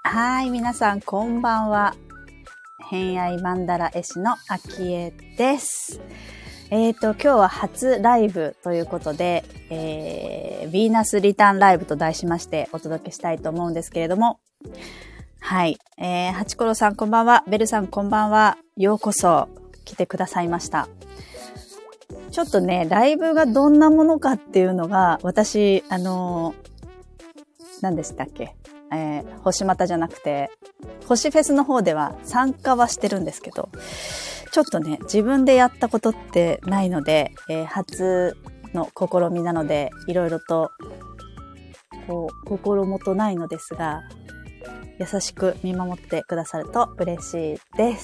はい、皆さんこんばんは。偏愛マンダラ絵師のあきえです。今日は初ライブということで、ヴィーナスリターンライブと題しましてお届けしたいと思うんですけれども、はい、ハチコロさんこんばんは、ベルさんこんばんは、ようこそ来てくださいました。ちょっとね、ライブがどんなものかっていうのが、私、何でしたっけ？星股じゃなくて、星フェスの方では参加はしてるんですけど、ちょっとね、自分でやったことってないので、初の試みなので、いろいろと、心もとないのですが、優しく見守ってくださると嬉しいです。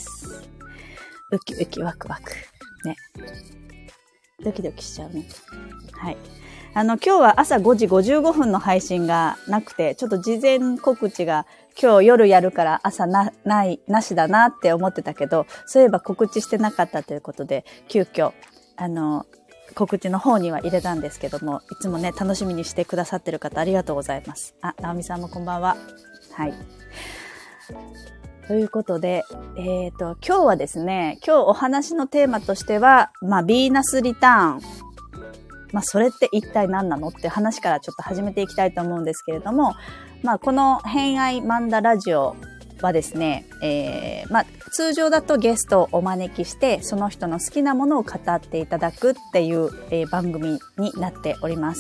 ウキウキワクワク。ね。ドキドキしちゃうね。はい。今日は朝5時55分の配信がなくて、ちょっと事前告知が今日夜やるから朝なしだなって思ってたけど、そういえば告知してなかったということで、急遽、告知の方には入れたんですけども、いつもね、楽しみにしてくださってる方ありがとうございます。あ、ナオミさんもこんばんは。はい。ということで、今日はですね、今日お話のテーマとしては、ヴィーナスリターン。それって一体何なのって話からちょっと始めていきたいと思うんですけれども、この偏愛マンダラジオはですね、通常だとゲストをお招きして、その人の好きなものを語っていただくっていう、番組になっております。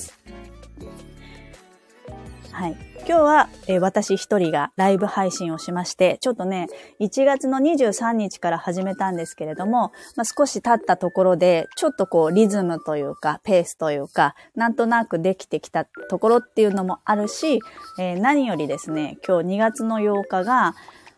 はい。今日は、私一人がライブ配信をしまして、ちょっとね、1月の23日から始めたんですけれども、少し経ったところで、ちょっとリズムというか、ペースというか、なんとなくできてきたところっていうのもあるし、何よりですね、今日2月の8日が、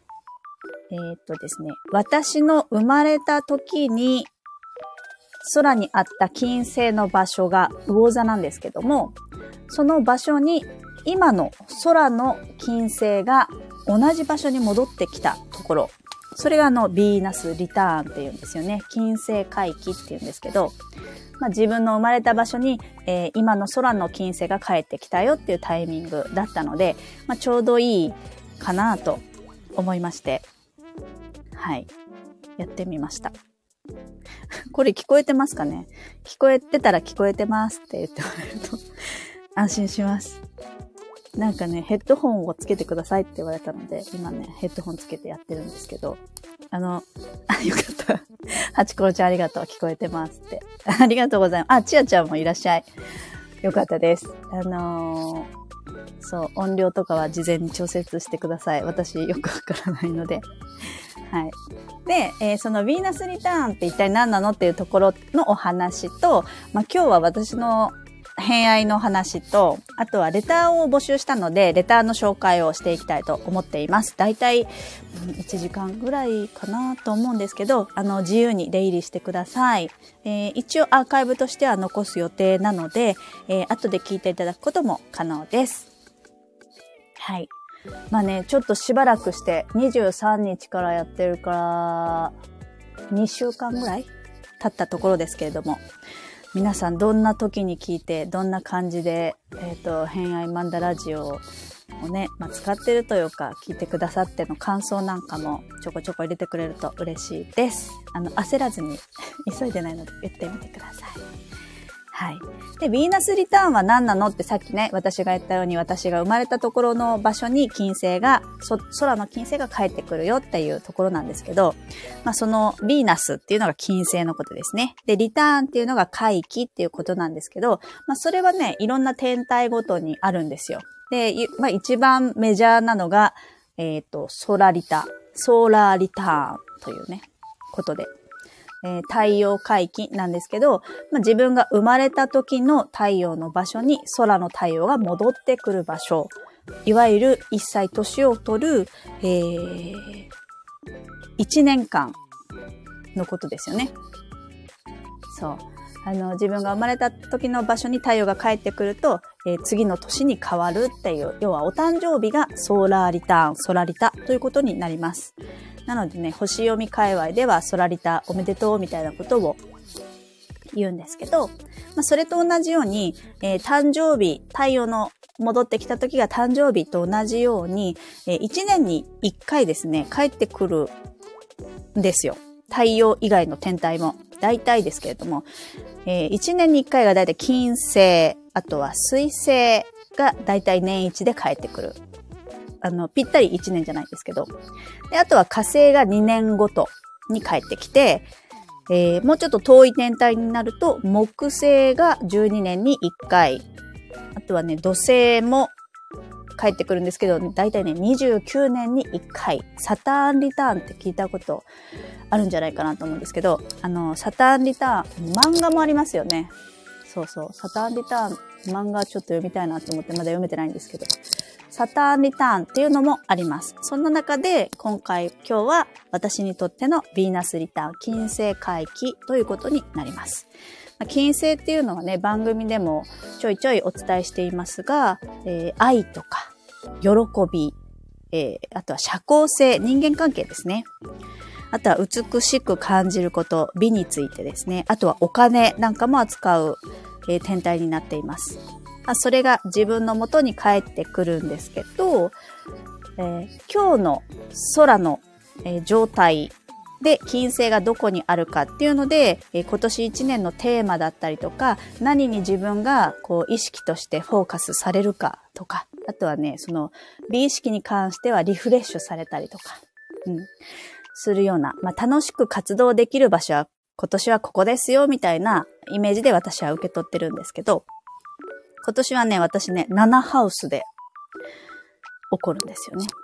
ですね、私の生まれた時に、空にあった金星の場所が魚座なんですけども、その場所に今の空の金星が同じ場所に戻ってきたところ。それがヴィーナスリターンっていうんですよね。金星回帰っていうんですけど、自分の生まれた場所に、今の空の金星が帰ってきたよっていうタイミングだったので、ちょうどいいかなと思いまして、はい。やってみました。これ聞こえてますかね？聞こえてたら聞こえてますって言ってもらえると安心します。なんかね、ヘッドホンをつけてくださいって言われたので、今ね、ヘッドホンつけてやってるんですけど、よかった。ハチコロちゃんありがとう。聞こえてますって。ありがとうございます。チアちゃんもいらっしゃい。よかったです。そう、音量とかは事前に調節してください。私よくわからないので。はい。で、そのヴィーナスリターンって一体何なのっていうところのお話と、今日は私の偏愛の話と、あとはレターを募集したので、レターの紹介をしていきたいと思っています。だいたい1時間ぐらいかなと思うんですけど、自由に出入りしてください。一応アーカイブとしては残す予定なので、後で聞いていただくことも可能です。はい。ちょっとしばらくして23日からやってるから2週間ぐらい経ったところですけれども、皆さんどんな時に聞いて、どんな感じで、偏愛マンダラジオをね、使ってるというか、聞いてくださっての感想なんかもちょこちょこ入れてくれると嬉しいです。焦らずに急いでないので言ってみてください。はい。で、ヴィーナスリターンは何なのってさっきね、私が言ったように私が生まれたところの場所に金星が、空の金星が帰ってくるよっていうところなんですけど、そのヴィーナスっていうのが金星のことですね。で、リターンっていうのが回帰っていうことなんですけど、それはね、いろんな天体ごとにあるんですよ。で、一番メジャーなのが、ソーラーリターンというね、ことで。太陽回帰なんですけど、自分が生まれた時の太陽の場所に空の太陽が戻ってくる場所。いわゆる一歳年を取る、1年間のことですよね。そう。自分が生まれた時の場所に太陽が帰ってくると、次の年に変わるっていう、要はお誕生日がソーラーリターン、ソラリタということになります。なのでね、星読み界隈ではソラリタおめでとうみたいなことを言うんですけど、それと同じように、誕生日、太陽の戻ってきた時が誕生日と同じように、1年に1回ですね、帰ってくるんですよ。太陽以外の天体も。大体ですけれども、1年に1回が大体金星、あとは水星が大体年一で帰ってくる。ぴったり1年じゃないですけど。で、あとは火星が2年ごとに帰ってきて、もうちょっと遠い天体になると、木星が12年に1回。あとはね、土星も帰ってくるんですけど、だいたいね、29年に1回。サターンリターンって聞いたことあるんじゃないかなと思うんですけど、サターンリターン、漫画もありますよね。そうそう。サターンリターン、漫画ちょっと読みたいなと思ってまだ読めてないんですけど、サターンリターンっていうのもあります。そんな中で今日は私にとってのヴィーナスリターン、金星回帰ということになります。金星っていうのはね、番組でもちょいちょいお伝えしていますが、愛とか喜び、あとは社交性、人間関係ですね。あとは美しく感じること、美についてですね。あとはお金なんかも扱う、天体になっています。それが自分の元に帰ってくるんですけど、今日の空の、状態で金星がどこにあるかっていうので、今年1年のテーマだったりとか、何に自分がこう意識としてフォーカスされるかとか、あとはね、その美意識に関してはリフレッシュされたりとか、するような、楽しく活動できる場所は今年はここですよみたいなイメージで私は受け取ってるんですけど、今年はね、私ね、7ハウスで起こるんですよね。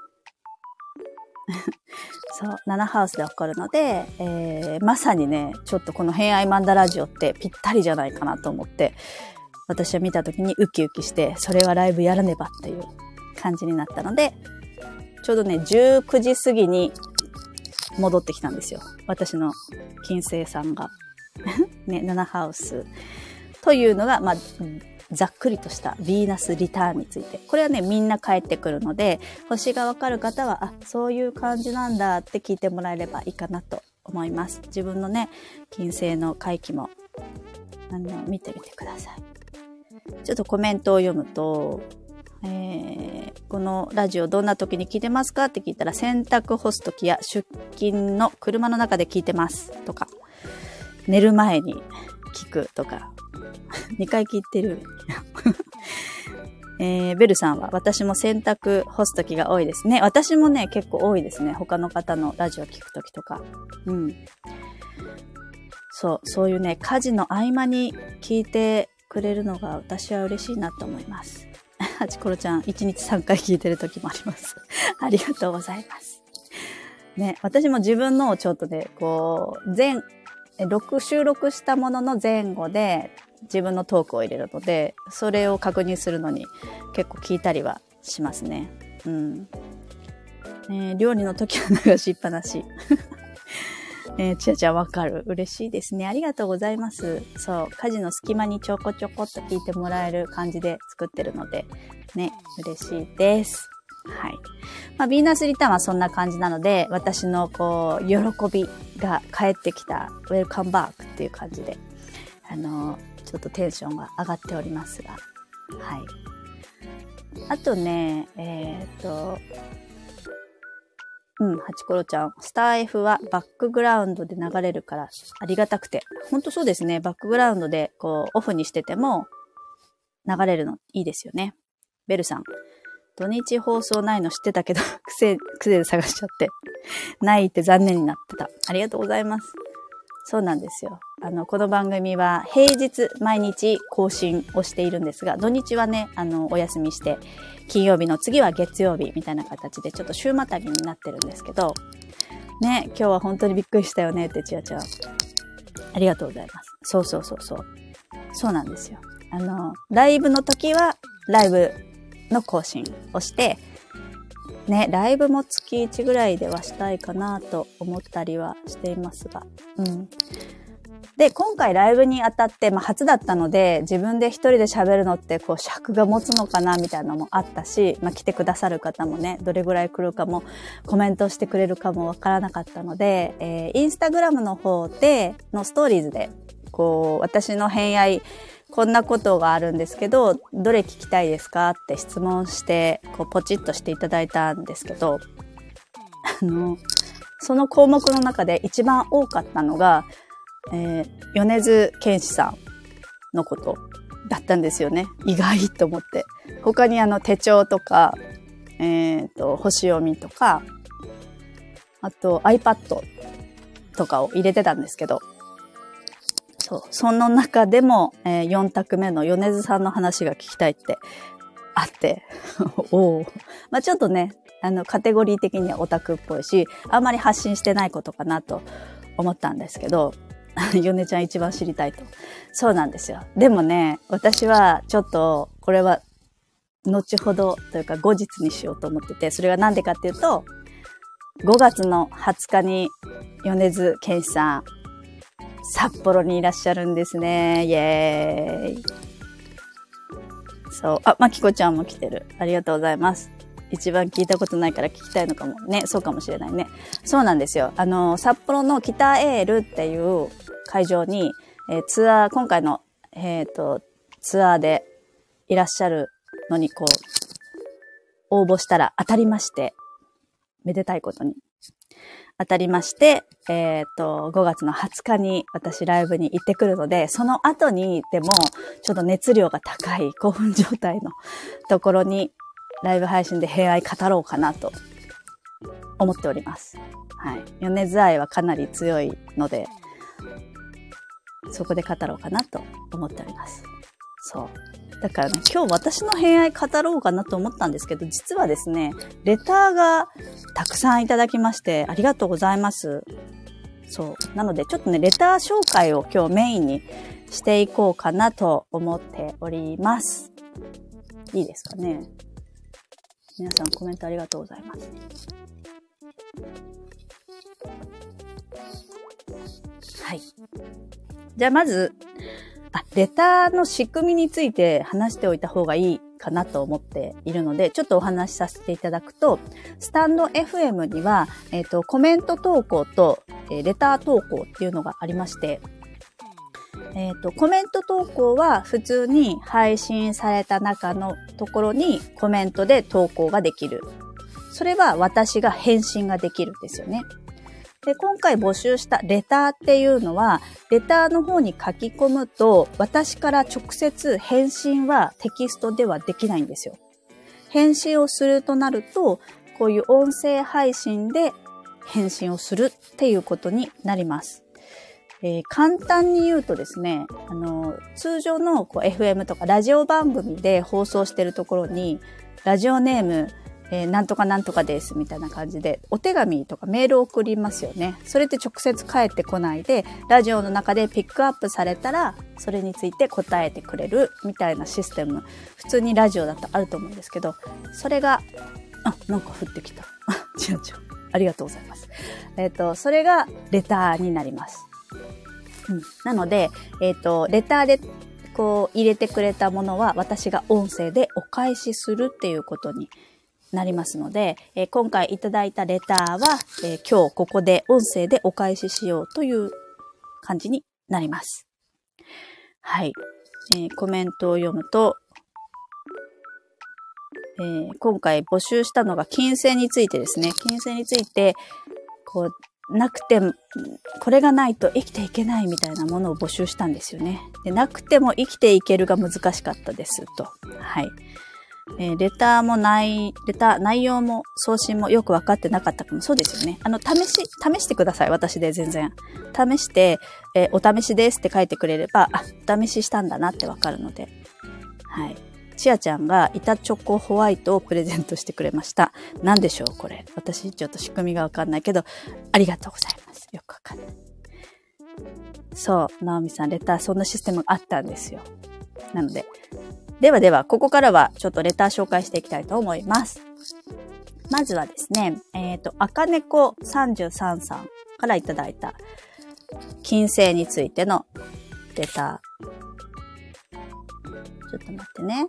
そう、7ハウスで起こるので、まさにね、ちょっとこの偏愛マンダラジオってぴったりじゃないかなと思って、私は見た時にウキウキして、それはライブやらねばっていう感じになったので、ちょうどね、19時過ぎに戻ってきたんですよ。私の金星さんが。ね、7ハウス。というのが、ざっくりとしたヴィーナスリターンについて。これはね、みんな帰ってくるので、星がわかる方は、そういう感じなんだって聞いてもらえればいいかなと思います。自分のね、金星の回帰も、見てみてください。ちょっとコメントを読むと、このラジオどんな時に聞いてますかって聞いたら、洗濯干す時や出勤の車の中で聞いてますとか、寝る前に聞くとか、2回聞いてる。ベルさんは、私も洗濯干す時が多いですね。私もね、結構多いですね。他の方のラジオ聞く時とか。そういうね、家事の合間に聞いてくれるのが私は嬉しいなと思います。はちころちゃん、1日3回聞いてる時もあります。ありがとうございます。ね、私も自分のをちょっとね、こう、収録したものの前後で自分のトークを入れるので、それを確認するのに結構聞いたりはしますね。料理の時は流しっぱなし。ちあちゃんわかる。嬉しいですね。ありがとうございます。そう、家事の隙間にちょこちょこっと聞いてもらえる感じで作ってるので、ね、嬉しいです。はい。ヴィーナスリターンはそんな感じなので、私のこう、喜びが帰ってきた、ウェルカムバックっていう感じで、ちょっとテンションが上がっておりますが、はい。あとね、ハチコロちゃん。スター F はバックグラウンドで流れるからありがたくて。ほんとそうですね。バックグラウンドでこうオフにしてても流れるのいいですよね。ベルさん。土日放送ないの知ってたけど、癖で探しちゃって。ないって残念になってた。ありがとうございます。そうなんですよ。この番組は平日毎日更新をしているんですが、土日はね、お休みして、金曜日の次は月曜日みたいな形でちょっと週またぎになってるんですけど、ね、今日は本当にびっくりしたよねってちあちゃん。ありがとうございます。そう。そうなんですよ。ライブの時はライブの更新をして、ね、ライブも月1ぐらいではしたいかなと思ったりはしていますが。で、今回ライブにあたって、初だったので、自分で一人で喋るのってこう尺が持つのかなみたいなのもあったし、来てくださる方もね、どれぐらい来るかも、コメントしてくれるかもわからなかったので、インスタグラムの方で、のストーリーズで、こう、私の偏愛こんなことがあるんですけど、どれ聞きたいですかって質問して、ポチッとしていただいたんですけど、その項目の中で一番多かったのが、米津玄師さんのことだったんですよね。意外と思って。他に手帳とか、星読みとか、あと iPad とかを入れてたんですけど、その中でも、4択目の米津さんの話が聞きたいってあって、おー。まあちょっとね、カテゴリー的にはオタクっぽいし、あんまり発信してないことかなと思ったんですけど、米ちゃん一番知りたいと。そうなんですよ。でもね、私はちょっと、これは、後ほどというか後日にしようと思ってて、それがなんでかっていうと、5月の20日に米津玄師さん、札幌にいらっしゃるんですね。イエーイ。そう。まきこちゃんも来てる。ありがとうございます。一番聞いたことないから聞きたいのかもね。そうかもしれないね。そうなんですよ。札幌の北エールっていう会場に、今回の、ツアーでいらっしゃるのに応募したら当たりまして、めでたいことに。当たりまして、5月の20日に私ライブに行ってくるので、その後にでもちょっと熱量が高い興奮状態のところにライブ配信で偏愛語ろうかなと思っております。はい。米津愛はかなり強いので、そこで語ろうかなと思っております。そう。だからね、今日私の偏愛語ろうかなと思ったんですけど、実はですね、レターがたくさんいただきまして、ありがとうございます。そう。なので、ちょっとね、レター紹介を今日メインにしていこうかなと思っております。いいですかね。皆さんコメントありがとうございます。はい。じゃあまず、レターの仕組みについて話しておいた方がいいかなと思っているので、ちょっとお話しさせていただくと、スタンド FM には、コメント投稿と、レター投稿っていうのがありまして、コメント投稿は普通に配信された中のところにコメントで投稿ができる。それは私が返信ができるんですよね。で、今回募集したレターっていうのは、レターの方に書き込むと、私から直接返信はテキストではできないんですよ。返信をするとなると、こういう音声配信で返信をするっていうことになります。簡単に言うとですね、通常のFM とかラジオ番組で放送してるところに、ラジオネーム、なんとかなんとかですみたいな感じでお手紙とかメールを送りますよね。それって直接返ってこないで、ラジオの中でピックアップされたらそれについて答えてくれるみたいなシステム、普通にラジオだとあると思うんですけど、それがなんか降ってきた違うありがとうございます。それがレターになります。なのでレターで入れてくれたものは私が音声でお返しするっていうことになりますので、今回いただいたレターは、今日ここで音声でお返ししようという感じになります。はい。コメントを読むと、今回募集したのが金星についてですね。金星について、なくても、これがないと生きていけないみたいなものを募集したんですよね。で、なくても生きていけるが難しかったですと。はい。レターも内容も送信もよくわかってなかったかも。そうですよね。試してください。私で全然。試して、お試しですって書いてくれれば、お試ししたんだなってわかるので。はい。ちあちゃんが板チョコホワイトをプレゼントしてくれました。なんでしょうこれ。私ちょっと仕組みがわかんないけど、ありがとうございます。よくわかんない。そう、なおみさん、レターそんなシステムがあったんですよ。なので、では、ここからはちょっとレター紹介していきたいと思います。まずはですね、赤猫33さんからいただいた金星についてのレター。ちょっと待ってね。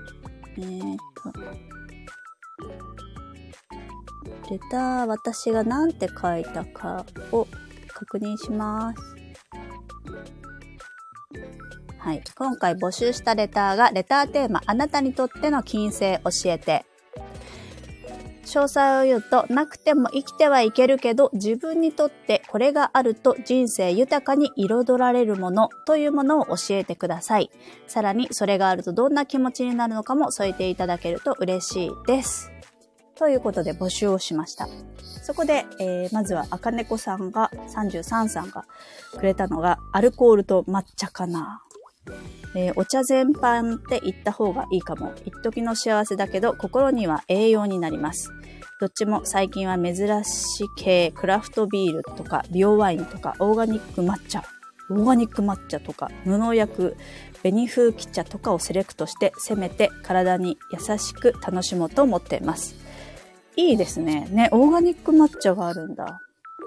レター私が何て書いたかを確認します。 はい。今回募集したレターが、レターテーマ、あなたにとっての金星教えて。詳細を言うと、なくても生きてはいけるけど、自分にとってこれがあると人生豊かに彩られるものというものを教えてください。さらに、それがあるとどんな気持ちになるのかも添えていただけると嬉しいです。ということで募集をしました。そこで、まずは赤猫さんが、33さんがくれたのが、アルコールと抹茶かな。お茶全般って言った方がいいかも。一時の幸せだけど、心には栄養になります。どっちも最近は珍しい系、クラフトビールとか、美容ワインとか、オーガニック抹茶とか、無農薬、紅風紀茶とかをセレクトして、せめて体に優しく楽しもうと思っています。いいですね。ね、オーガニック抹茶があるんだ。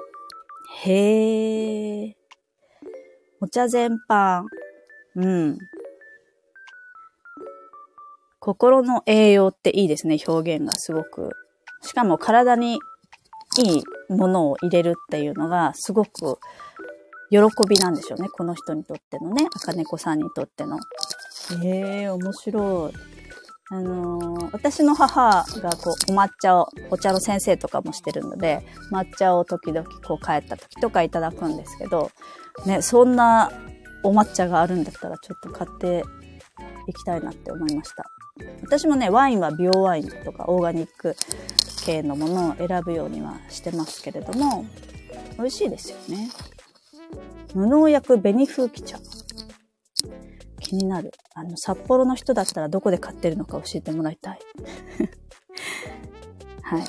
へー。お茶全般。うん。心の栄養っていいですね、表現がすごく。しかも体にいいものを入れるっていうのがすごく喜びなんでしょうね、この人にとってのね、赤猫さんにとっての。面白い。私の母がお抹茶を、お茶の先生とかもしてるので、抹茶を時々帰った時とかいただくんですけど、ね、そんなお抹茶があるんだったらちょっと買っていきたいなって思いました。私もね、ワインは美容ワインとかオーガニック系のものを選ぶようにはしてますけれども、美味しいですよね。無農薬紅風紀茶。気になる。札幌の人だったらどこで買ってるのか教えてもらいたい。はい。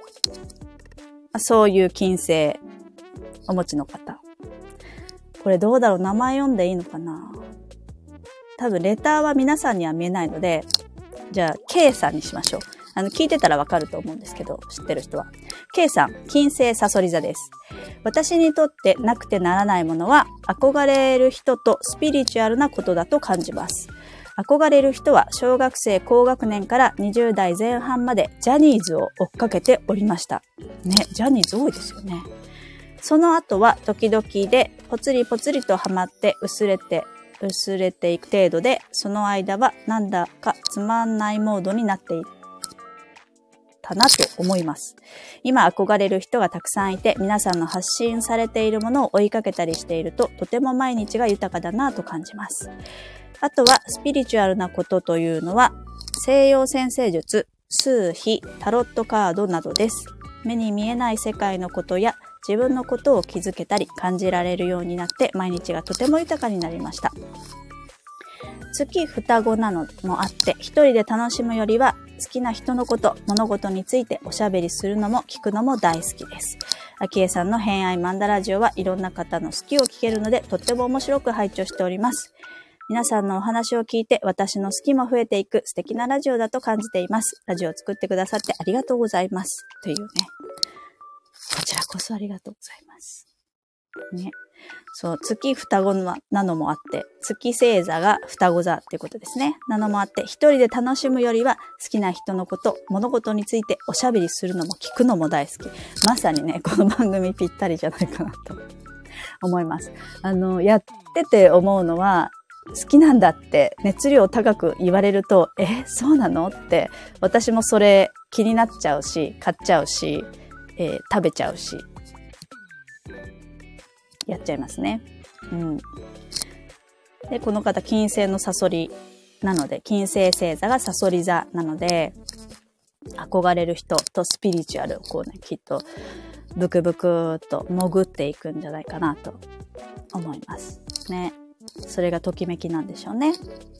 そういう金星お持ちの方。これどうだろう、名前読んでいいのかな。多分レターは皆さんには見えないので、じゃあ K さんにしましょう。聞いてたらわかると思うんですけど、知ってる人は。K さん、金星さそり座です。私にとってなくてならないものは、憧れる人とスピリチュアルなことだと感じます。憧れる人は小学生高学年から20代前半までジャニーズを追っかけておりました。ね、ジャニーズ多いですよね。その後は時々でぽつりぽつりとハマって薄れていく程度で、その間はなんだかつまんないモードになっていたなと思います。今憧れる人がたくさんいて、皆さんの発信されているものを追いかけたりしていると、とても毎日が豊かだなと感じます。あとはスピリチュアルなことというのは、西洋占星術、数秘、タロットカードなどです。目に見えない世界のことや自分のことを気づけたり感じられるようになって、毎日がとても豊かになりました。月双子なのもあって、一人で楽しむよりは好きな人のこと、物事についておしゃべりするのも聞くのも大好きです。あきえさんの偏愛マンダラジオはいろんな方の好きを聞けるので、とっても面白く拝聴しております。皆さんのお話を聞いて私の好きも増えていく素敵なラジオだと感じています。ラジオを作ってくださってありがとうございます。というね。こちらこそありがとうございます。ね。そう、月双子なのもあって、月星座が双子座っていうことですね。なのもあって、一人で楽しむよりは好きな人のこと、物事についておしゃべりするのも聞くのも大好き。まさにね、この番組ぴったりじゃないかなと思います。やってて思うのは、好きなんだって熱量高く言われると、そうなのって、私もそれ気になっちゃうし、買っちゃうし、食べちゃうし、やっちゃいますね。うん。で、この方、金星のサソリなので、金星星座がサソリ座なので、憧れる人とスピリチュアルをきっと、ブクブクと潜っていくんじゃないかなと思いますね。それがときめきなんでしょうね。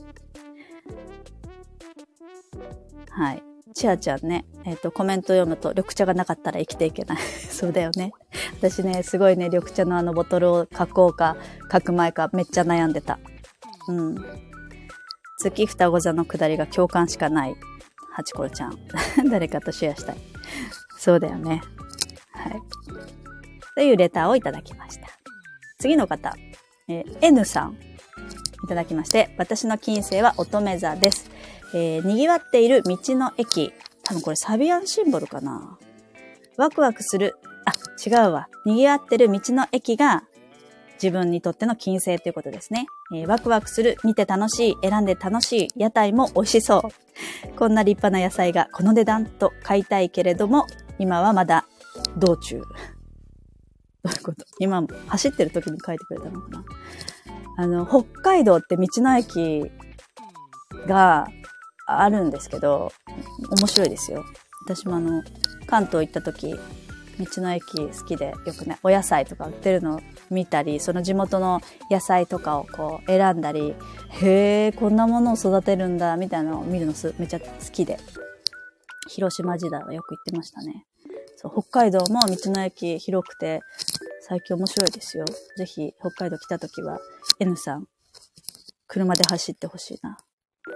はい。ちあちゃんね、コメント読むと、緑茶がなかったら生きていけない。そうだよね。私ね、すごいね、緑茶のボトルを書こうか、書く前か、めっちゃ悩んでた。うん。月双子座の下りが共感しかない。ハチコロちゃん。誰かとシェアしたい。そうだよね。はい。というレターをいただきました。次の方。N さん。いただきまして、私の金星は乙女座です。賑わっている道の駅。多分これサビアンシンボルかな。ワクワクする。違うわ。賑わってる道の駅が自分にとっての金星ということですね。ワクワクする、見て楽しい、選んで楽しい、屋台も美味しそう。こんな立派な野菜がこの値段と買いたいけれども、今はまだ道中。どういうこと？今走ってる時に書いてくれたのかな。北海道って道の駅があるんですけど、面白いですよ。私も関東行った時、道の駅好きでよくね、お野菜とか売ってるのを見たり、その地元の野菜とかをこう選んだり、へー、こんなものを育てるんだ、みたいなのを見るのめっちゃ好きで、広島時代はよく行ってましたね。そう、北海道も道の駅広くて、最近面白いですよ。ぜひ北海道来た時は N さん、車で走ってほしいな。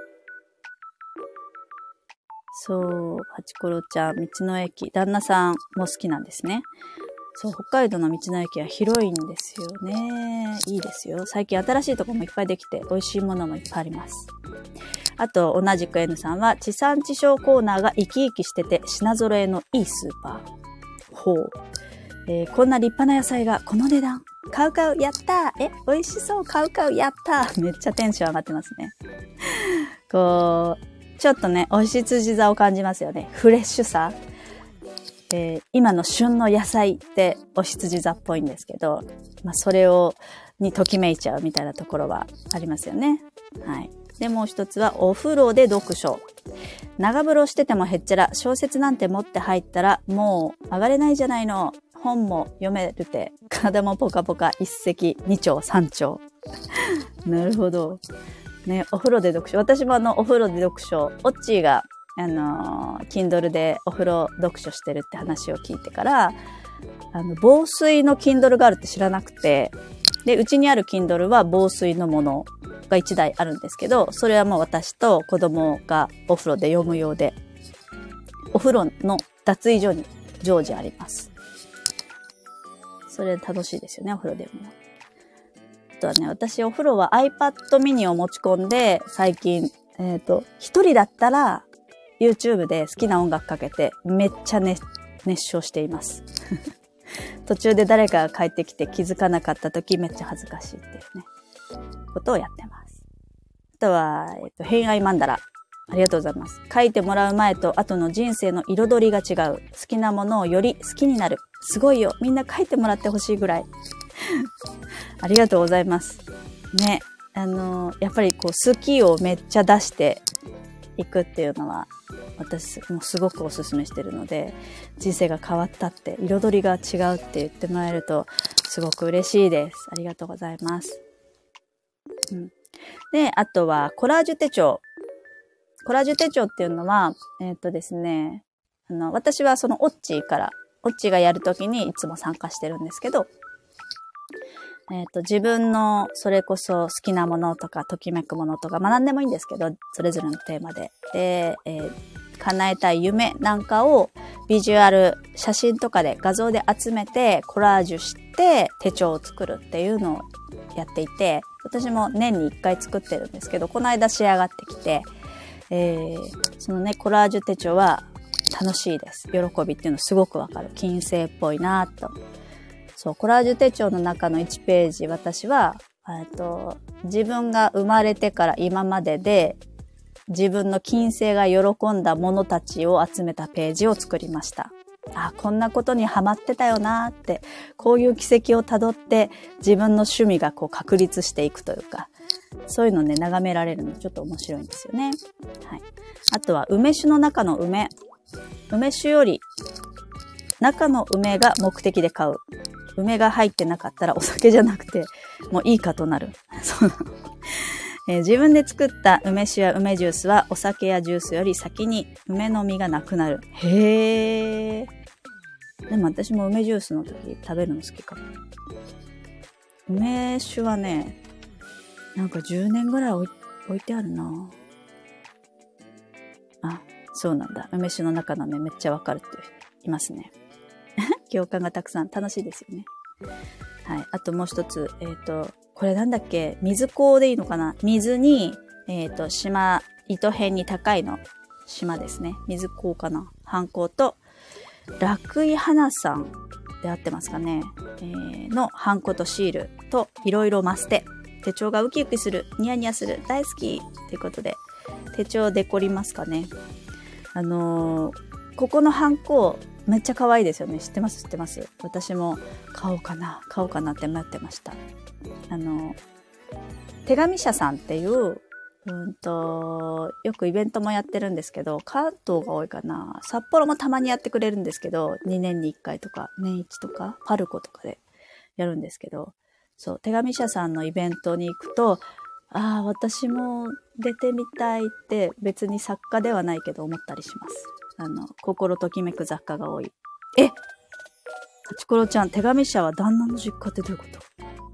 そう、ハチコロちゃん、道の駅、旦那さんも好きなんですね。そう、北海道の道の駅は広いんですよね。いいですよ。最近新しいところもいっぱいできて、美味しいものもいっぱいあります。あと、同じく N さんは、地産地消コーナーが生き生きしてて、品揃えのいいスーパー。ほう。こんな立派な野菜がこの値段。買う買う、やったー。美味しそう、買う買う、やったー。めっちゃテンション上がってますね。こう、ちょっとね、お羊座を感じますよね。フレッシュさ。今の旬の野菜ってお羊座っぽいんですけど、まあ、それにときめいちゃうみたいなところはありますよね。はい。で、もう一つはお風呂で読書。長風呂しててもへっちゃら、小説なんて持って入ったらもう上がれないじゃないの。本も読めるて、体もポカポカ、一石二鳥三鳥。なるほど。ね、お風呂で読書。私もお風呂で読書、オッチーが、Kindle でお風呂読書してるって話を聞いてから、防水の Kindle があるって知らなくて、で、うちにある Kindle は防水のものが1台あるんですけど、それはもう私と子供がお風呂で読むようで、お風呂の脱衣所に常時あります。それ楽しいですよね、お風呂で読むの。あとはね、私お風呂は iPad mini を持ち込んで、最近、一人だったら YouTube で好きな音楽かけてめっちゃ熱唱しています。途中で誰かが帰ってきて気づかなかった時めっちゃ恥ずかしいっていうね、ことをやってます。あとは、偏愛マンダラ。ありがとうございます。書いてもらう前と後の人生の彩りが違う。好きなものをより好きになる。すごいよ。みんな書いてもらってほしいぐらい。ありがとうございます。ね。やっぱりこう好きをめっちゃ出していくっていうのは私もすごくおすすめしてるので、人生が変わったって彩りが違うって言ってもらえるとすごく嬉しいです。ありがとうございます。うん、で、あとはコラージュ手帳。コラージュ手帳っていうのはですね、私はそのオッチーがやるときにいつも参加してるんですけど、自分のそれこそ好きなものとかときめくものとか、まあ何でもいいんですけど、それぞれのテーマで。で、叶えたい夢なんかをビジュアル、写真とかで画像で集めてコラージュして手帳を作るっていうのをやっていて、私も年に1回作ってるんですけど、この間仕上がってきて、そのね、コラージュ手帳は楽しいです。喜びっていうのすごくわかる。金星っぽいなぁと。そう、コラージュ手帳の中の1ページ、私は、自分が生まれてから今までで、自分の金星が喜んだものたちを集めたページを作りました。あ、こんなことにハマってたよなーって、こういう軌跡をたどって自分の趣味がこう確立していくというか、そういうのね、眺められるのちょっと面白いんですよね。はい。あとは、梅酒の中の梅。梅酒より、中の梅が目的で買う。梅が入ってなかったらお酒じゃなくて、もういいかとなる。そうなの。自分で作った梅酒や梅ジュースはお酒やジュースより先に梅の実がなくなる。へー。でも私も梅ジュースの時食べるの好きかも。梅酒はね、なんか10年ぐらい置いてあるな。あ、そうなんだ。梅酒の中のね、めっちゃわかるっていますね。共感がたくさん楽しいですよね。はい。あともう一つ、これなんだっけ、水香でいいのかな、水に、島、糸辺に高いの、島ですね。水香かな、ハンコと、楽井花さんで合ってますかね。 のハンコとシールといろいろマステ。手帳がウキウキする、ニヤニヤする、大好きということで、手帳デコりますかね。ここのハンコめっちゃ可愛いですよね。知ってます。私も買おうかなって迷ってました。手紙社さんっていう、よくイベントもやってるんですけど、関東が多いかな。札幌もたまにやってくれるんですけど、2年に1回とか、年1とか、パルコとかでやるんですけど、そう、手紙社さんのイベントに行くと、私も出てみたいって別に作家ではないけど思ったりします。心ときめく雑貨が多い。ハチコロちゃん、手紙社は旦那の実家ってどういうこと？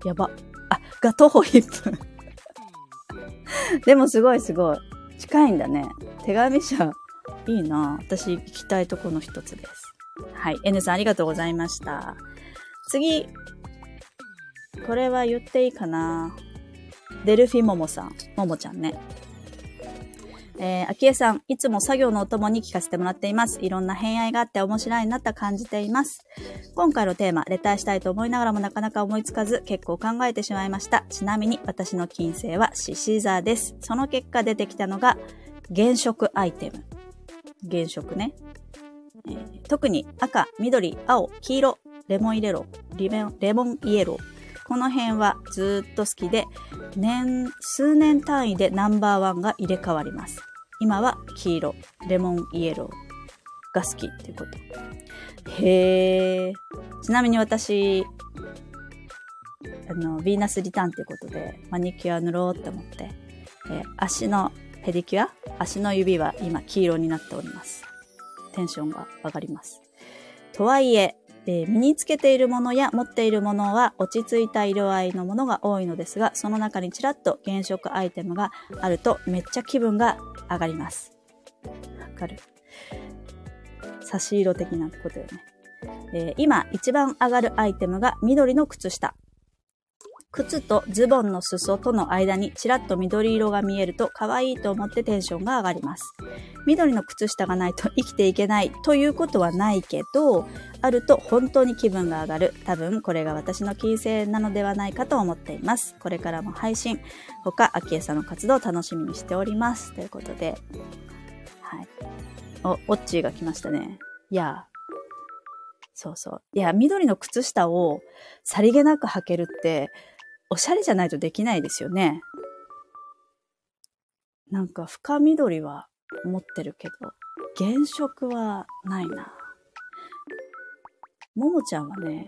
やば。が徒歩1分。でもすごい。近いんだね。手紙社、いいな。私行きたいとこの一つです。はい。N さんありがとうございました。次。これは言っていいかな。デルフィモモさん。ももちゃんね。あきえさん、いつも作業のお供に聞かせてもらっています。いろんな偏愛があって面白いなと感じています。今回のテーマ、レターしたいと思いながらもなかなか思いつかず、結構考えてしまいました。ちなみに私の金星は獅子座です。その結果出てきたのが、原色アイテム。原色ね。特に赤、緑、青、黄色、レモンイエロー。この辺はずっと好きで、数年単位でナンバーワンが入れ替わります。今は黄色、レモンイエローが好きっていうこと。へー。ちなみに私、ヴィーナスリターンっていうことで、マニキュア塗ろうって思って、足のペディキュア、足の指は今黄色になっております。テンションが上がります。とはいえ、身につけているものや持っているものは落ち着いた色合いのものが多いのですが、その中にちらっと原色アイテムがあるとめっちゃ気分が上がります。わかる。差し色的なことよね。今一番上がるアイテムが緑の靴下。靴とズボンの裾との間にちらっと緑色が見えると可愛いと思ってテンションが上がります。緑の靴下がないと生きていけないということはないけど、あると本当に気分が上がる。多分これが私の金星なのではないかと思っています。これからも配信、他、あきえさんの活動を楽しみにしております。ということで、はい。オッチーが来ましたね。いや、そうそう。いや、緑の靴下をさりげなく履けるって、おしゃれじゃないとできないですよね。なんか深緑は持ってるけど、原色はないな。ももちゃんはね、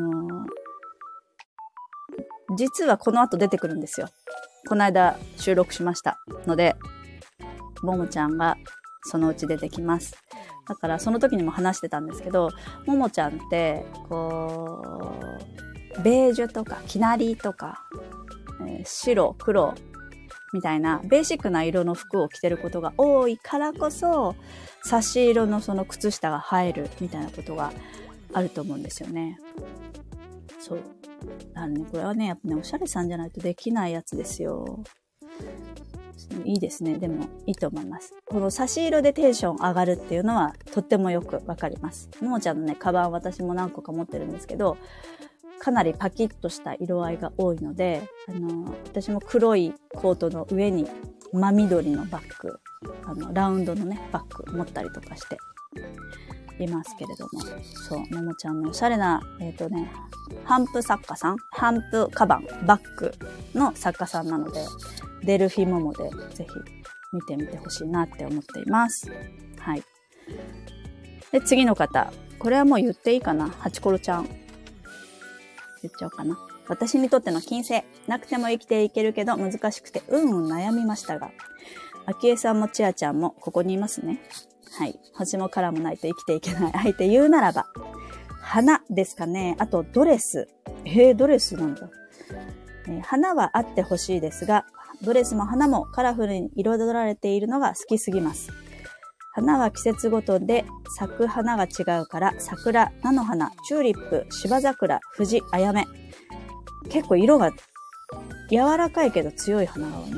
実はこの後出てくるんですよ。この間収録しましたので、ももちゃんがそのうち出てきます。だからその時にも話してたんですけど、ももちゃんってこうベージュとかきなりとか、白黒みたいなベーシックな色の服を着てることが多いからこそ、差し色のその靴下が映えるみたいなことがあると思うんですよね。そう。だからね、これはね、やっぱね、おしゃれさんじゃないとできないやつですよ。いいですね。でも、いいと思います。この差し色でテンション上がるっていうのは、とってもよくわかります。ももちゃんのね、カバン私も何個か持ってるんですけど、かなりパキッとした色合いが多いので、私も黒いコートの上に真緑のバッグ、ラウンドのね、バッグ持ったりとかしていますけれども、そう、ももちゃんのおしゃれな、帆布作家さん、帆布カバン、バッグの作家さんなので、デルフィモモでぜひ見てみてほしいなって思っています。はい。で、次の方。これはもう言っていいかな？ハチコロちゃん。言っちゃおうかな。私にとっての金星。なくても生きていけるけど難しくて悩みましたが。あきえさんもちあちゃんもここにいますね。はい。星もカラーもないと生きていけない。あえて言うならば。花ですかね。あとドレス。ドレスなんだ。花はあってほしいですが、ドレスも花もカラフルに彩られているのが好きすぎます。花は季節ごとで咲く花が違うから、桜、菜の花、チューリップ、芝桜、藤、あやめ。結構色が柔らかいけど強い花が多いね。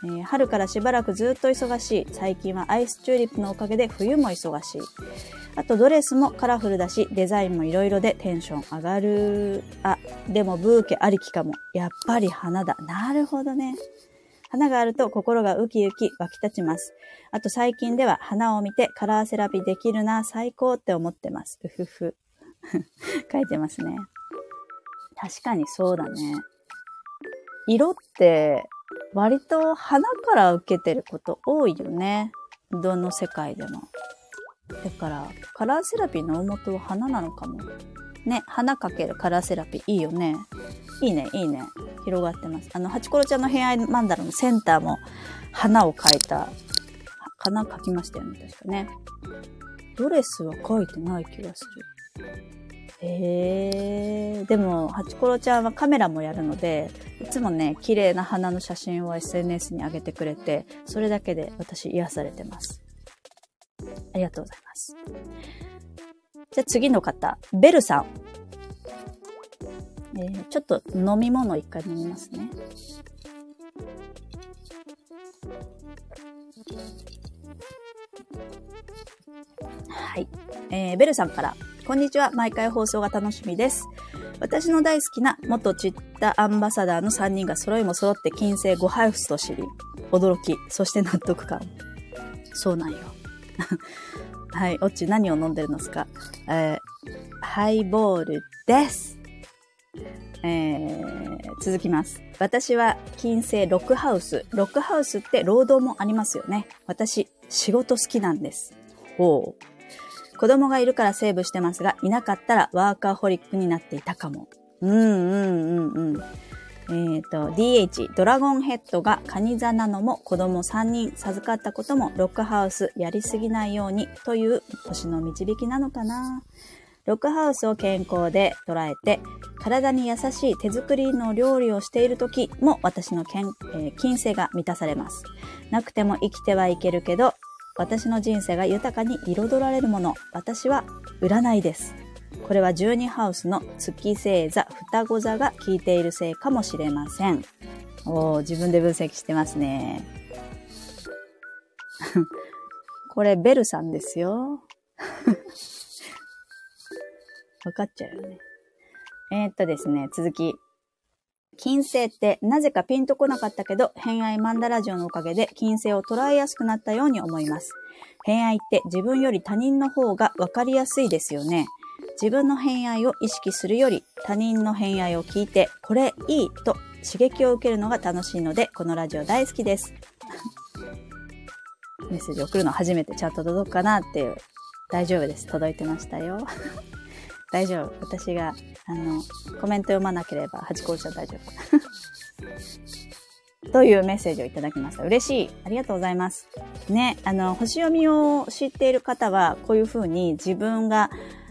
春からしばらくずっと忙しい。最近はアイスチューリップのおかげで冬も忙しい。あとドレスもカラフルだし、デザインもいろいろでテンション上がる。あ、でもブーケありきかも。やっぱり花だ。なるほどね。花があると心がウキウキ湧き立ちます。あと最近では花を見てカラーセラピーできるな、最高って思ってます。うふふ。書いてますね。確かにそうだね。色って割と花から受けてること多いよね。どの世界でも。だからカラーセラピーの大元は花なのかも。ね、花かけるカラーセラピーいいよね。いいね、いいね。広がってます。ハチコロちゃんのヘアマンダラのセンターも花を描いた、花描きましたよね、確かね。ドレスは描いてない気がする。でも、ハチコロちゃんはカメラもやるので、いつもね、綺麗な花の写真を SNS に上げてくれて、それだけで私癒されてます。ありがとうございます。じゃあ次の方、ベルさん。ちょっと飲み物一回飲みますね。はい。ベルさんから、こんにちは。毎回放送が楽しみです。私の大好きな元チッタアンバサダーの3人が揃いも揃って金星5ハウスと知り、驚き、そして納得感。そうなんよ。はい。オッチ何を飲んでるのですか？ハイボールです。続きます。私は金星6ハウス。6ハウスって労働もありますよね。私、仕事好きなんです。ほう。子供がいるからセーブしてますが、いなかったらワーカーホリックになっていたかも。DH、ドラゴンヘッドがカニ座なのも子供3人授かったこともロックハウスやりすぎないようにという星の導きなのかな。ロックハウスを健康で捉えて体に優しい手作りの料理をしている時も私の金星が満たされます。なくても生きてはいけるけど私の人生が豊かに彩られるもの。私は占いです。これは12ハウスの月星座、双子座が効いているせいかもしれません。自分で分析してますね。これベルさんですよ。わかっちゃうよね。ですね、続き。金星ってなぜかピンとこなかったけど、偏愛マンダラジオのおかげで金星を捉えやすくなったように思います。偏愛って自分より他人の方がわかりやすいですよね。自分の偏愛を意識するより他人の偏愛を聞いて、これいいと刺激を受けるのが楽しいので、このラジオ大好きです。メッセージ送るの初めてちゃんと届くかなっていう。大丈夫です。届いてましたよ。大丈夫。私が、コメント読まなければ、ハチコロちゃん大丈夫。というメッセージをいただきました。嬉しい。ありがとうございます。ね、星読みを知っている方は、こういうふうに自分が、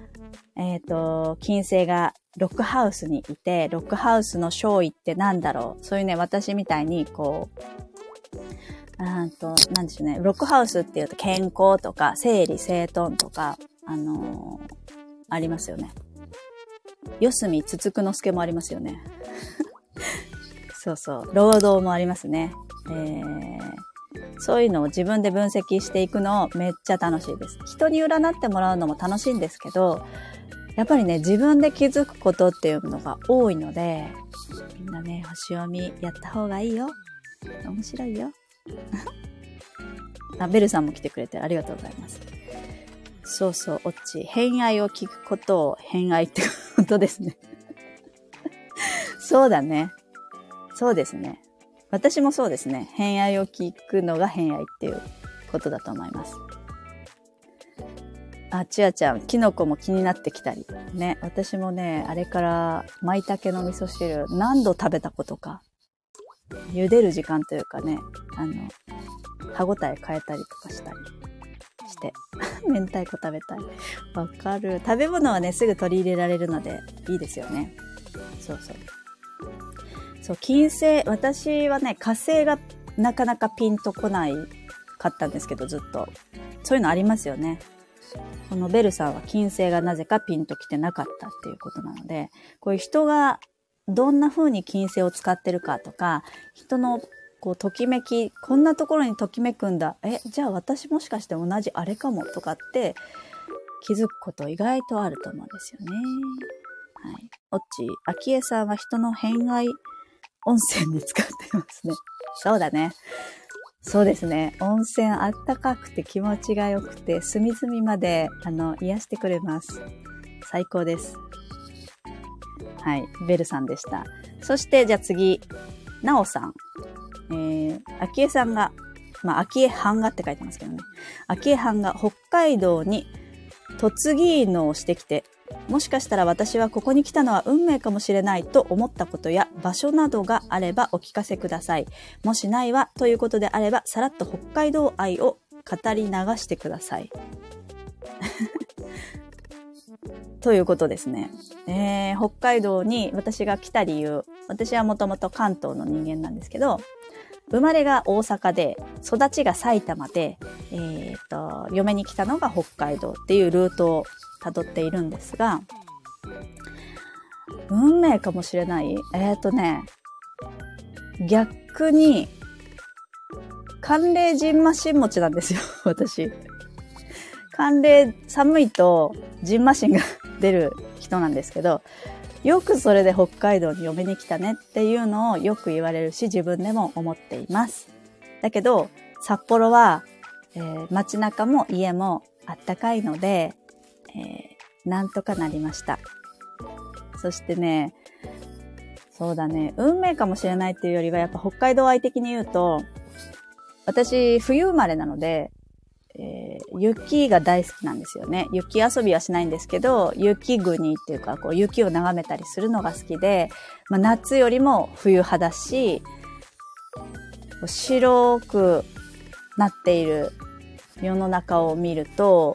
金星がロックハウスにいて、ロックハウスの勝利ってなんだろう。そういうね、私みたいに、こう、なんでしょうね。ロックハウスっていうと健康とか、整理整頓とか、ありますよね。四隅つつくのすけもありますよね。そうそう。労働もありますね。そういうのを自分で分析していくのめっちゃ楽しいです。人に占ってもらうのも楽しいんですけど、やっぱりね、自分で気づくことっていうのが多いので、みんなね、星読みやった方がいいよ。面白いよ。ベルさんも来てくれてありがとうございます。そうそう、オッチ。偏愛を聞くことを偏愛ってことですね。そうだね。そうですね。私もそうですね。偏愛を聞くのが偏愛っていうことだと思います。あ、ちあちゃん、キノコも気になってきたり。ね、私もね、あれから舞茸の味噌汁何度食べたことか。茹でる時間というかね、歯ごたえ変えたりとかしたりして。明太子食べたい。わかる。食べ物はね、すぐ取り入れられるので、いいですよね。そうそう。そう、金星、私はね、火星がなかなかピンとこないかったんですけど、ずっと。そういうのありますよね。このベルさんは金星がなぜかピンときてなかったっていうことなので、こういう人がどんな風に金星を使ってるかとか、人のこう、ときめき、こんなところにときめくんだ。じゃあ私もしかして同じあれかもとかって気づくこと意外とあると思うんですよね。はい。おっち、あきえさんは人の偏愛温泉に使ってますね。そうだね。そうですね。温泉あったかくて気持ちが良くて、隅々まで、癒してくれます。最高です。はい。ベルさんでした。そして、じゃあ次、なおさん。あきえさんが、あきえはんがって書いてますけどね。あきえはんが北海道に嫁ぎのをしてきて、もしかしたら私はここに来たのは運命かもしれないと思ったことや場所などがあればお聞かせください。もしないわということであれば、さらっと北海道愛を語り流してください。ということですね。北海道に私が来た理由、私はもともと関東の人間なんですけど、生まれが大阪で、育ちが埼玉で、嫁に来たのが北海道っていうルートを辿っているんですが、運命かもしれない？逆に、寒冷じんましん餅なんですよ、私。寒冷、寒いとじんましんが出る人なんですけど、よくそれで北海道に嫁に来たねっていうのをよく言われるし、自分でも思っています。だけど、札幌は、街中も家もあったかいので、なんとかなりました。そしてね、そうだね、運命かもしれないっていうよりは、やっぱ北海道愛的に言うと、私、冬生まれなので、雪が大好きなんですよね。雪遊びはしないんですけど、雪国っていうか、こう雪を眺めたりするのが好きで、夏よりも冬派だし、白くなっている世の中を見ると、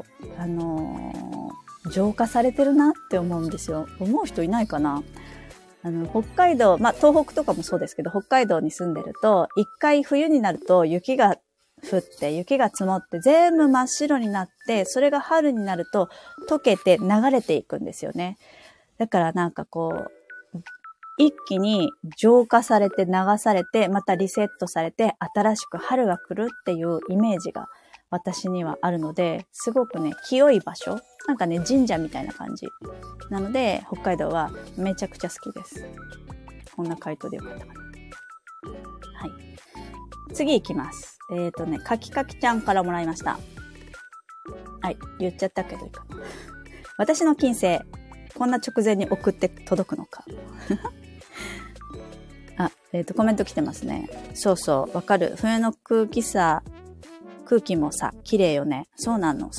浄化されてるなって思うんですよ。思う人いないかな？北海道、東北とかもそうですけど、北海道に住んでると、一回冬になると雪が降って、雪が積もって全部真っ白になって、それが春になると溶けて流れていくんですよね。だからなんかこう、一気に浄化されて流されて、またリセットされて、新しく春が来るっていうイメージが私にはあるので、すごくね、清い場所、なんかね、神社みたいな感じ。なので、北海道はめちゃくちゃ好きです。こんな回答でよかったかな。はい。次行きます。かきかきちゃんからもらいました。はい、言っちゃったけどいいかな。私の金星、こんな直前に送って届くのか。コメント来てますね。そうそう、わかる。冬の空気もさ、綺麗よね。そうなの。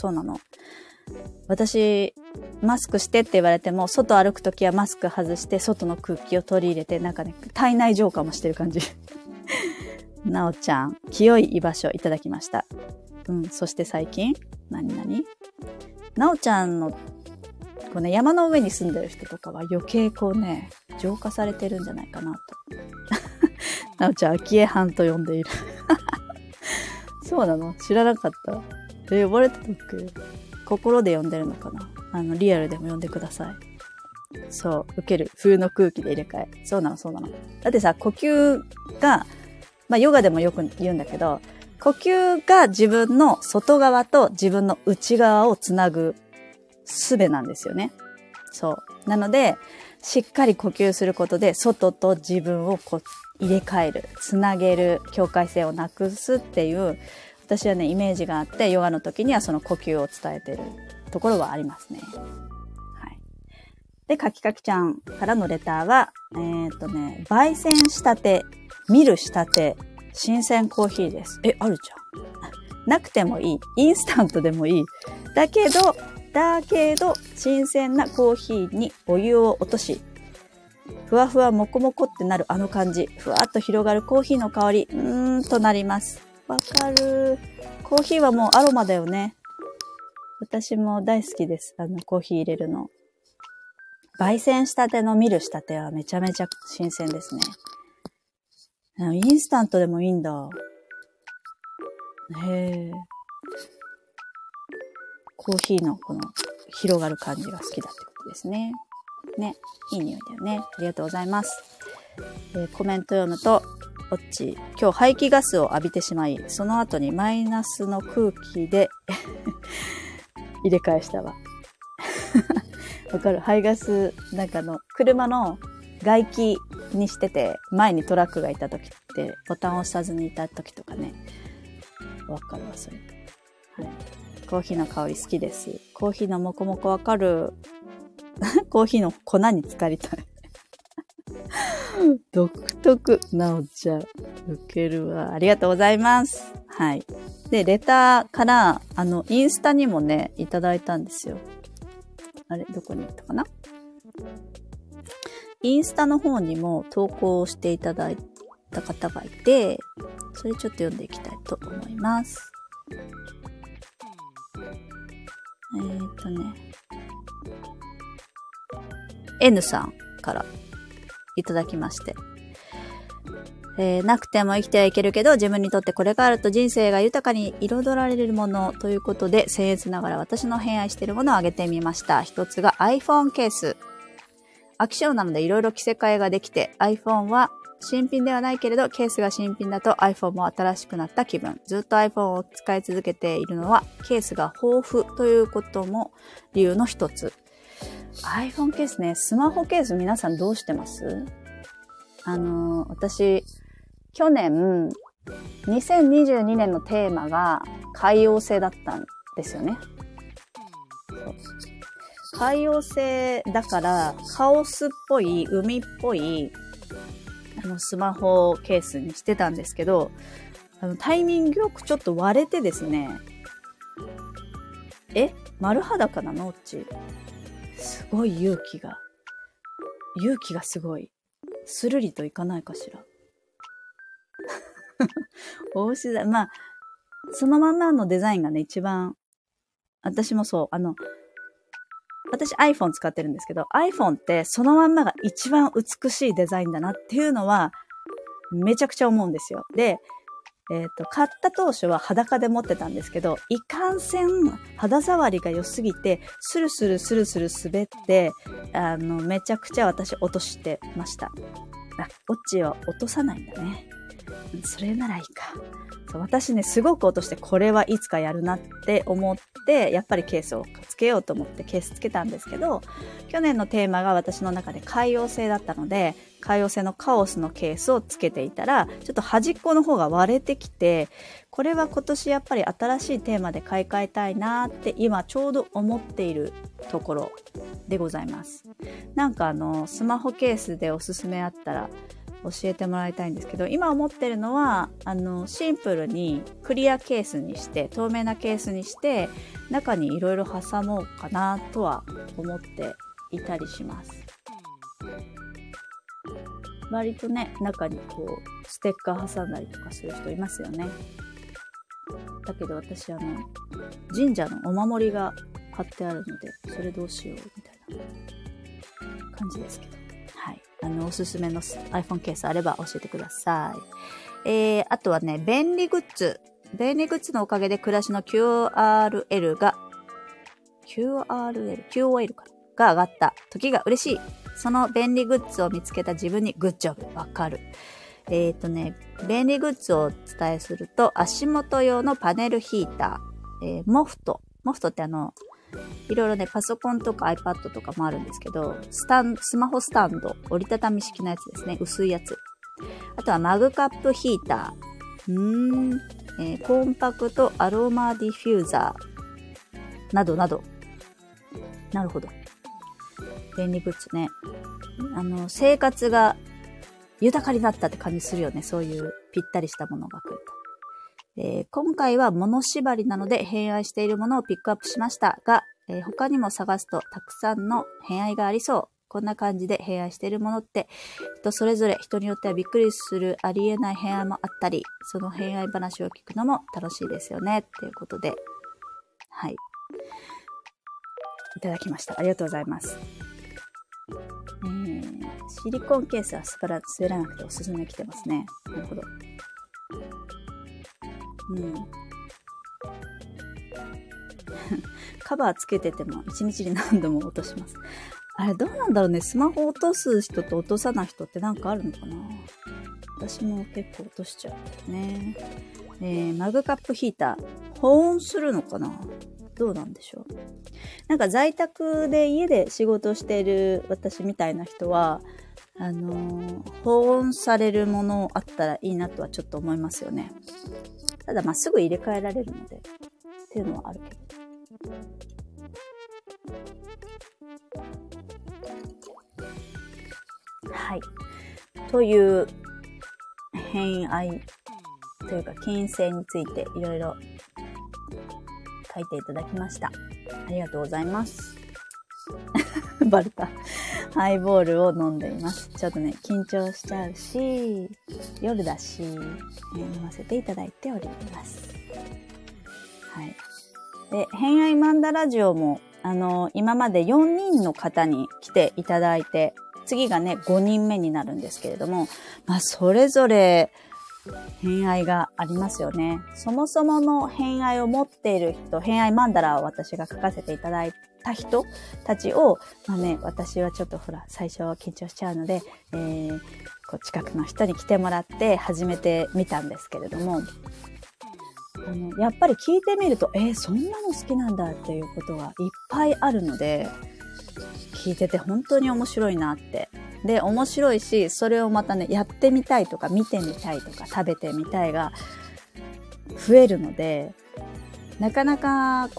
私、マスクしてって言われても、外歩くときはマスク外して、外の空気を取り入れて、なんかね、体内浄化もしてる感じ。なおちゃん、清い居場所いただきました。そして最近何なおちゃんの、こうね、山の上に住んでる人とかは余計こうね、浄化されてるんじゃないかなと。なおちゃん、あきえはんと呼んでいる。そうなの？知らなかった。呼ばれてたっけ？心で呼んでるのかな？リアルでも呼んでください。そう、受ける。冬の空気で入れ替え。そうなの。だってさ、呼吸が、ヨガでもよく言うんだけど、呼吸が自分の外側と自分の内側をつなぐ術なんですよね。そう。なので、しっかり呼吸することで、外と自分をこう入れ替える、つなげる、境界線をなくすっていう、私はね、イメージがあって、ヨガの時にはその呼吸を伝えてるところはありますね。はい。で、かきかきちゃんからのレターは、焙煎したて、ミルしたて、新鮮コーヒーです。あるじゃん。なくてもいい。インスタントでもいい。だけど、新鮮なコーヒーにお湯を落とし、ふわふわもこもこってなるあの感じ、ふわっと広がるコーヒーの香り、となります。わかる。コーヒーはもうアロマだよね。私も大好きです。コーヒー入れるの。焙煎したてのミルしたてはめちゃめちゃ新鮮ですね。インスタントでもいいんだ。へー。コーヒーのこの広がる感じが好きだってことですね。ね。いい匂いだよね。ありがとうございます。コメント読むと、 オッチ、今日排気ガスを浴びてしまい、その後にマイナスの空気で入れ替えしたわ。わかる？排ガス、なんか車の外気にしてて、前にトラックがいた時って、ボタンを押さずにいた時とかね。わかるわ、それ。はい。コーヒーの香り好きです。コーヒーのモコモコわかる。コーヒーの粉に浸かりたい。独特。なおちゃん。ウケるわ。ありがとうございます。はい。で、レターから、インスタにもね、いただいたんですよ。あれ、どこに行ったかな？インスタの方にも投稿していただいた方がいて、それちょっと読んでいきたいと思います。N さんからいただきまして。なくても生きてはいけるけど、自分にとってこれがあると人生が豊かに彩られるものということで、僭越ながら私の偏愛しているものを挙げてみました。一つが iPhone ケース。飽き性なのでいろいろ着せ替えができて、iPhone は新品ではないけれど、ケースが新品だと iPhone も新しくなった気分。ずっと iPhone を使い続けているのは、ケースが豊富ということも理由の一つ。iPhone ケースね、スマホケース皆さんどうしてます？私、去年、2022年のテーマが海洋性だったんですよね。海洋性だから、カオスっぽい、海っぽい、スマホケースにしてたんですけど、タイミングよくちょっと割れてですね、丸裸なの？うち。すごい勇気がすごい。スルリといかないかしら。大志だ。まあ、そのまんまのデザインがね、一番、私もそう、私 iPhone 使ってるんですけど、iPhone ってそのまんまが一番美しいデザインだなっていうのは、めちゃくちゃ思うんですよ。で、買った当初は裸で持ってたんですけど、いかんせん肌触りが良すぎて、スルスル滑って、めちゃくちゃ私落としてました。オッチーは落とさないんだね。それならいいか。そう、私ね、すごく落として、これはいつかやるなって思って、やっぱりケースをつけようと思ってケースつけたんですけど、去年のテーマが私の中で海洋性だったので、海洋性のカオスのケースをつけていたら、ちょっと端っこの方が割れてきて、これは今年やっぱり新しいテーマで買い替えたいなって今ちょうど思っているところでございます。なんかスマホケースでおすすめあったら、教えてもらいたいんですけど、今思ってるのはシンプルにクリアケースにして、透明なケースにして中にいろいろ挟もうかなとは思っていたりします。割とね、中にこうステッカー挟んだりとかする人いますよね。だけど私神社のお守りが貼ってあるので、それどうしようみたいな感じですけど、はい、おすすめの iPhone ケースあれば教えてください。あとはね、便利グッズのおかげで暮らしの QOL が上がった時が嬉しい。その便利グッズを見つけた自分にグッジョブ。わかる。便利グッズをお伝えすると、足元用のパネルヒーター、モフトっていろいろね、パソコンとか iPad とかもあるんですけど、スマホスタンド、折りたたみ式のやつですね。薄いやつ。あとはマグカップヒーター。コンパクトアロマディフューザー。などなど。なるほど。便利グッズね。生活が豊かになったって感じするよね。そういうぴったりしたものが来ると。今回は物縛りなので偏愛しているものをピックアップしましたが、他にも探すとたくさんの偏愛がありそう。こんな感じで偏愛しているものって人それぞれ、人によってはびっくりするありえない偏愛もあったり、その偏愛話を聞くのも楽しいですよねっていうことで、はい、いただきました。ありがとうございます。シリコンケースは滑らなくておすすめ来てますね。なるほど。カバーつけてても1日に何度も落とします。あれどうなんだろうね。スマホ落とす人と落とさない人ってなんかあるのかな。 私も結構落としちゃうんだよね。マグカップヒーター、保温するのかな？どうなんでしょう。なんか在宅で家で仕事している私みたいな人は、保温されるものあったらいいなとはちょっと思いますよね。ただすぐ入れ替えられるのでっていうのはあるけど。はい。という偏愛というか金星についていろいろ書いていただきました。ありがとうございます。バルタ。ハイボールを飲んでいます。ちょっとね、緊張しちゃうし、夜だし、飲ませていただいております。はい。で、偏愛マンダラジオも、今まで4人の方に来ていただいて、次がね、5人目になるんですけれども、それぞれ、偏愛がありますよね。そもそもの偏愛を持っている人、偏愛マンダラを私が書かせていただいた人たちを、私はちょっと最初は緊張しちゃうので、近くの人に来てもらって始めてみたんですけれども、やっぱり聞いてみると、そんなの好きなんだっていうことがいっぱいあるので、聞いてて本当に面白いなって。で、面白いし、それをまたね、やってみたいとか、見てみたいとか、食べてみたいが増えるので、なかなか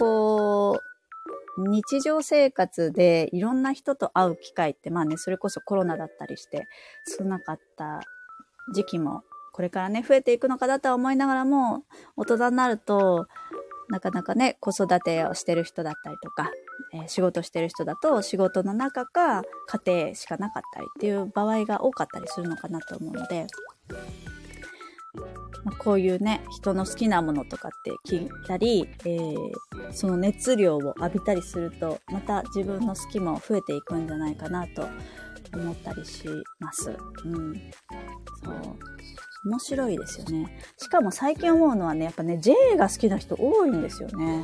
日常生活でいろんな人と会う機会ってそれこそコロナだったりして少なかった時期もこれからね増えていくのかなとは思いながらも、大人になるとなかなかね、子育てをしてる人だったりとか、仕事してる人だと仕事の中か家庭しかなかったりっていう場合が多かったりするのかなと思うので、こういうね、人の好きなものとかって聞いたり、その熱量を浴びたりすると、また自分の好きも増えていくんじゃないかなと思ったりします。そう。面白いですよね。しかも最近思うのはね、やっぱね、J が好きな人多いんですよね。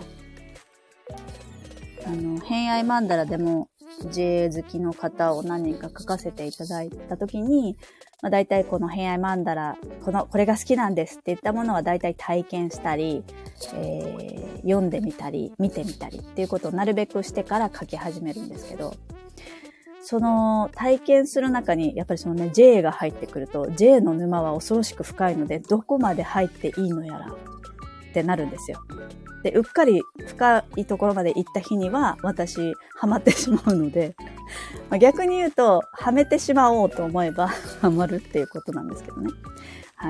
偏愛マンダラでも J 好きの方を何人か書かせていただいたときに、大体この偏愛マンダラ、これが好きなんですって言ったものは大体体験したり、読んでみたり、見てみたりっていうことをなるべくしてから書き始めるんですけど、その体験する中にやっぱりそのね J が入ってくると J の沼は恐ろしく深いのでどこまで入っていいのやらってなるんですよ。で、うっかり深いところまで行った日には私ハマってしまうので、逆に言うとはめてしまおうと思えばハマるっていうことなんですけどね。はい。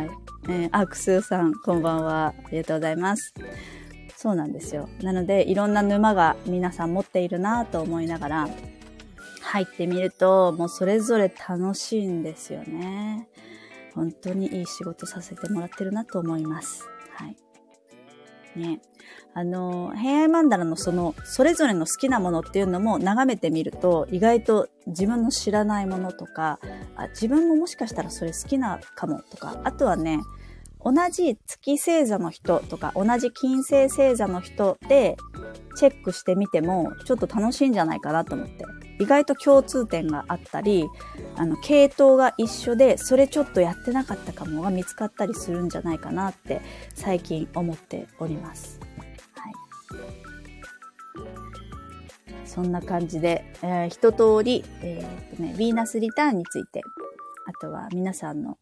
クスーさんこんばんは、ありがとうございます。そうなんですよ。なのでいろんな沼が皆さん持っているなと思いながら入ってみると、もうそれぞれ楽しいんですよね。本当にいい仕事させてもらってるなと思います。はい。ね。偏愛マンダラのそれぞれの好きなものっていうのも眺めてみると、意外と自分の知らないものとか、自分ももしかしたらそれ好きなかもとか、あとはね、同じ月星座の人とか、同じ金星星座の人でチェックしてみても、ちょっと楽しいんじゃないかなと思って。意外と共通点があったり、系統が一緒で、それちょっとやってなかったかもが見つかったりするんじゃないかなって最近思っております。はい。そんな感じで、一通り、ヴィーナスリターンについて、あとは皆さんの、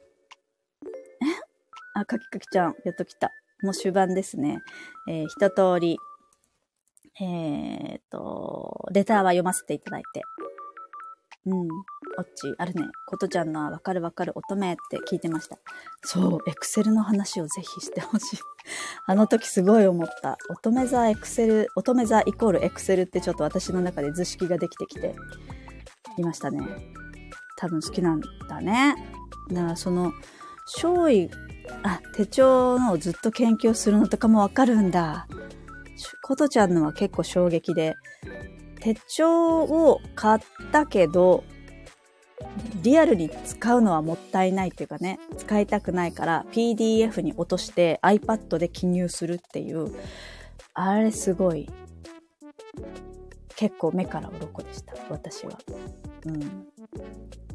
かきかきちゃん、やっと来た。もう終盤ですね。一通り、レターは読ませていただいて。オッチ、あるね。ことちゃんのはわかる乙女って聞いてました。そう、エクセルの話をぜひしてほしい。あの時すごい思った。乙女座イコールエクセルってちょっと私の中で図式ができてきていましたね。多分好きなんだね。だから少尉、手帳のをずっと研究するのとかもわかるんだ。ことちゃんのは結構衝撃で、手帳を買ったけど、リアルに使うのはもったいないっていうかね、使いたくないから PDF に落として iPad で記入するっていう、あれすごい、結構目から鱗でした、私は。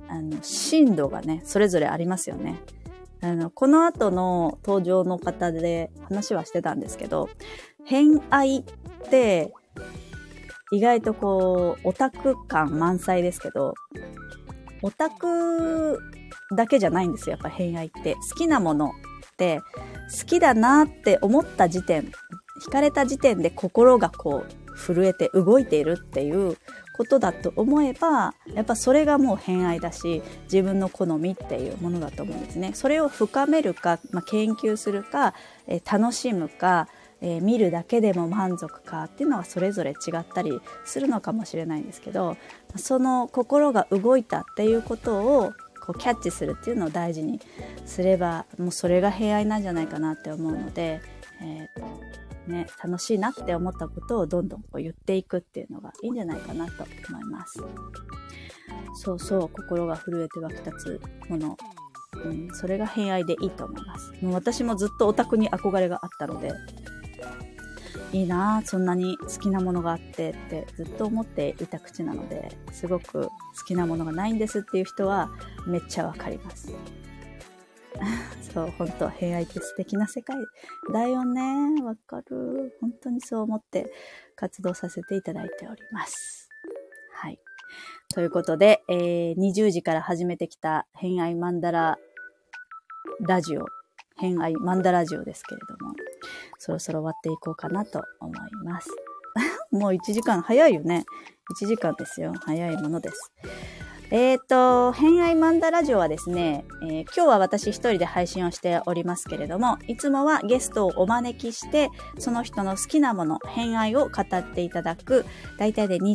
深度がね、それぞれありますよね。この後の登場の方で話はしてたんですけど、偏愛って意外とこうオタク感満載ですけど、オタクだけじゃないんですよ。やっぱ偏愛って好きなものって好きだなって思った時点、惹かれた時点で心がこう震えて動いているっていうことだと思えば、やっぱそれがもう偏愛だし、自分の好みっていうものだと思うんですね。それを深めるか、研究するか、楽しむか、見るだけでも満足かっていうのはそれぞれ違ったりするのかもしれないんですけど、その心が動いたっていうことをこうキャッチするっていうのを大事にすれば、もうそれが偏愛なんじゃないかなって思うので、楽しいなって思ったことをどんどんこう言っていくっていうのがいいんじゃないかなと思います。そうそう、心が震えて湧き立つもの、それが偏愛でいいと思います。もう私もずっとオタクに憧れがあったので、いいなぁ、そんなに好きなものがあってってずっと思っていた口なので、すごく好きなものがないんですっていう人はめっちゃわかります。そう、本当偏愛って素敵な世界だよね。わかる。本当にそう思って活動させていただいております。はい。ということで、20時から始めてきた偏愛マンダララジオ、偏愛マンダラジオですけれども、そろそろ終わっていこうかなと思います。もう1時間早いよね。1時間ですよ。早いものです。偏愛マンダラジオはですね、今日は私一人で配信をしておりますけれども、いつもはゲストをお招きして、その人の好きなもの、偏愛を語っていただく、だいたいで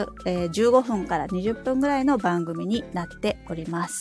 15分から20分ぐらいの番組になっております。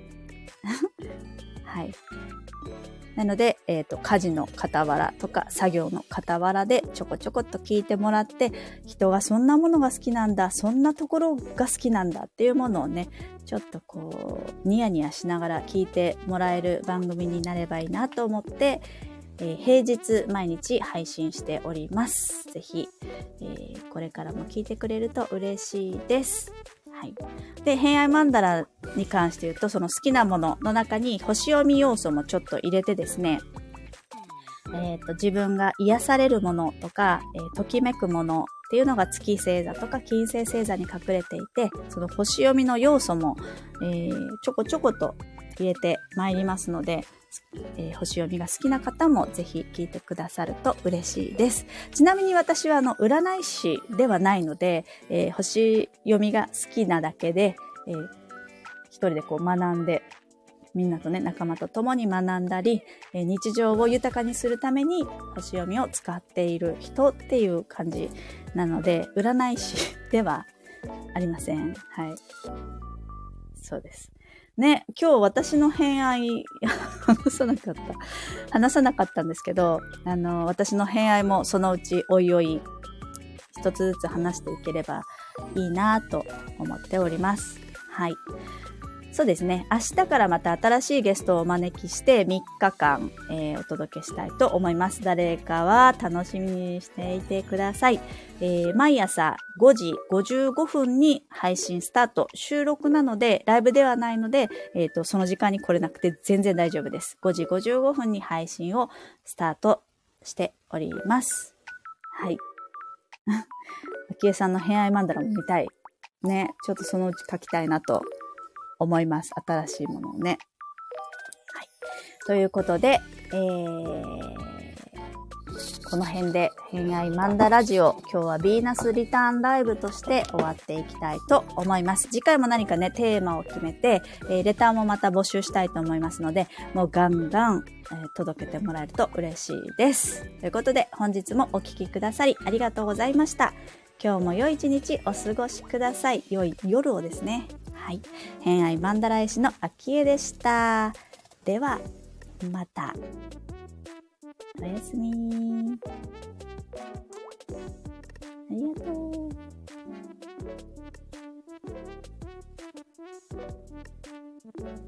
はい。なので、家事の傍らとか作業の傍らでちょこちょこっと聞いてもらって、人がそんなものが好きなんだ、そんなところが好きなんだっていうものをね、ちょっとこう、ニヤニヤしながら聞いてもらえる番組になればいいなと思って、平日毎日配信しております。ぜひ、これからも聞いてくれると嬉しいです。はい。で、偏愛マンダラに関して言うと、その好きなものの中に星読み要素もちょっと入れてですね、自分が癒されるものとか、ときめくものっていうのが月星座とか金星星座に隠れていて、その星読みの要素も、ちょこちょこと入れてまいりますので、星読みが好きな方もぜひ聞いてくださると嬉しいです。ちなみに私は占い師ではないので、星読みが好きなだけで、一人でこう学んで、みんなとね、仲間と共に学んだり、日常を豊かにするために星読みを使っている人っていう感じなので、占い師ではありません。はい。そうです。ね、今日私の偏愛話さなかったんですけど、私の偏愛もそのうちおいおい一つずつ話していければいいなと思っております。はい。そうですね。明日からまた新しいゲストをお招きして3日間、お届けしたいと思います。誰かは楽しみにしていてください。毎朝5時55分に配信スタート。収録なので、ライブではないので、その時間に来れなくて全然大丈夫です。5時55分に配信をスタートしております。はい。秋江さんの偏愛マンダラも見たい。ね。ちょっとそのうち書きたいなと思います。新しいものをね。はい。ということで、この辺で偏愛マンダラジオ、今日はヴィーナスリターンライブとして終わっていきたいと思います。次回も何かね、テーマを決めて、レターもまた募集したいと思いますので、もうガンガン、届けてもらえると嬉しいです。ということで、本日もお聞きくださりありがとうございました。今日も良い一日お過ごしください。良い夜をですね。はい。偏愛マンダラ絵師の秋江でした。では、また。おやすみ。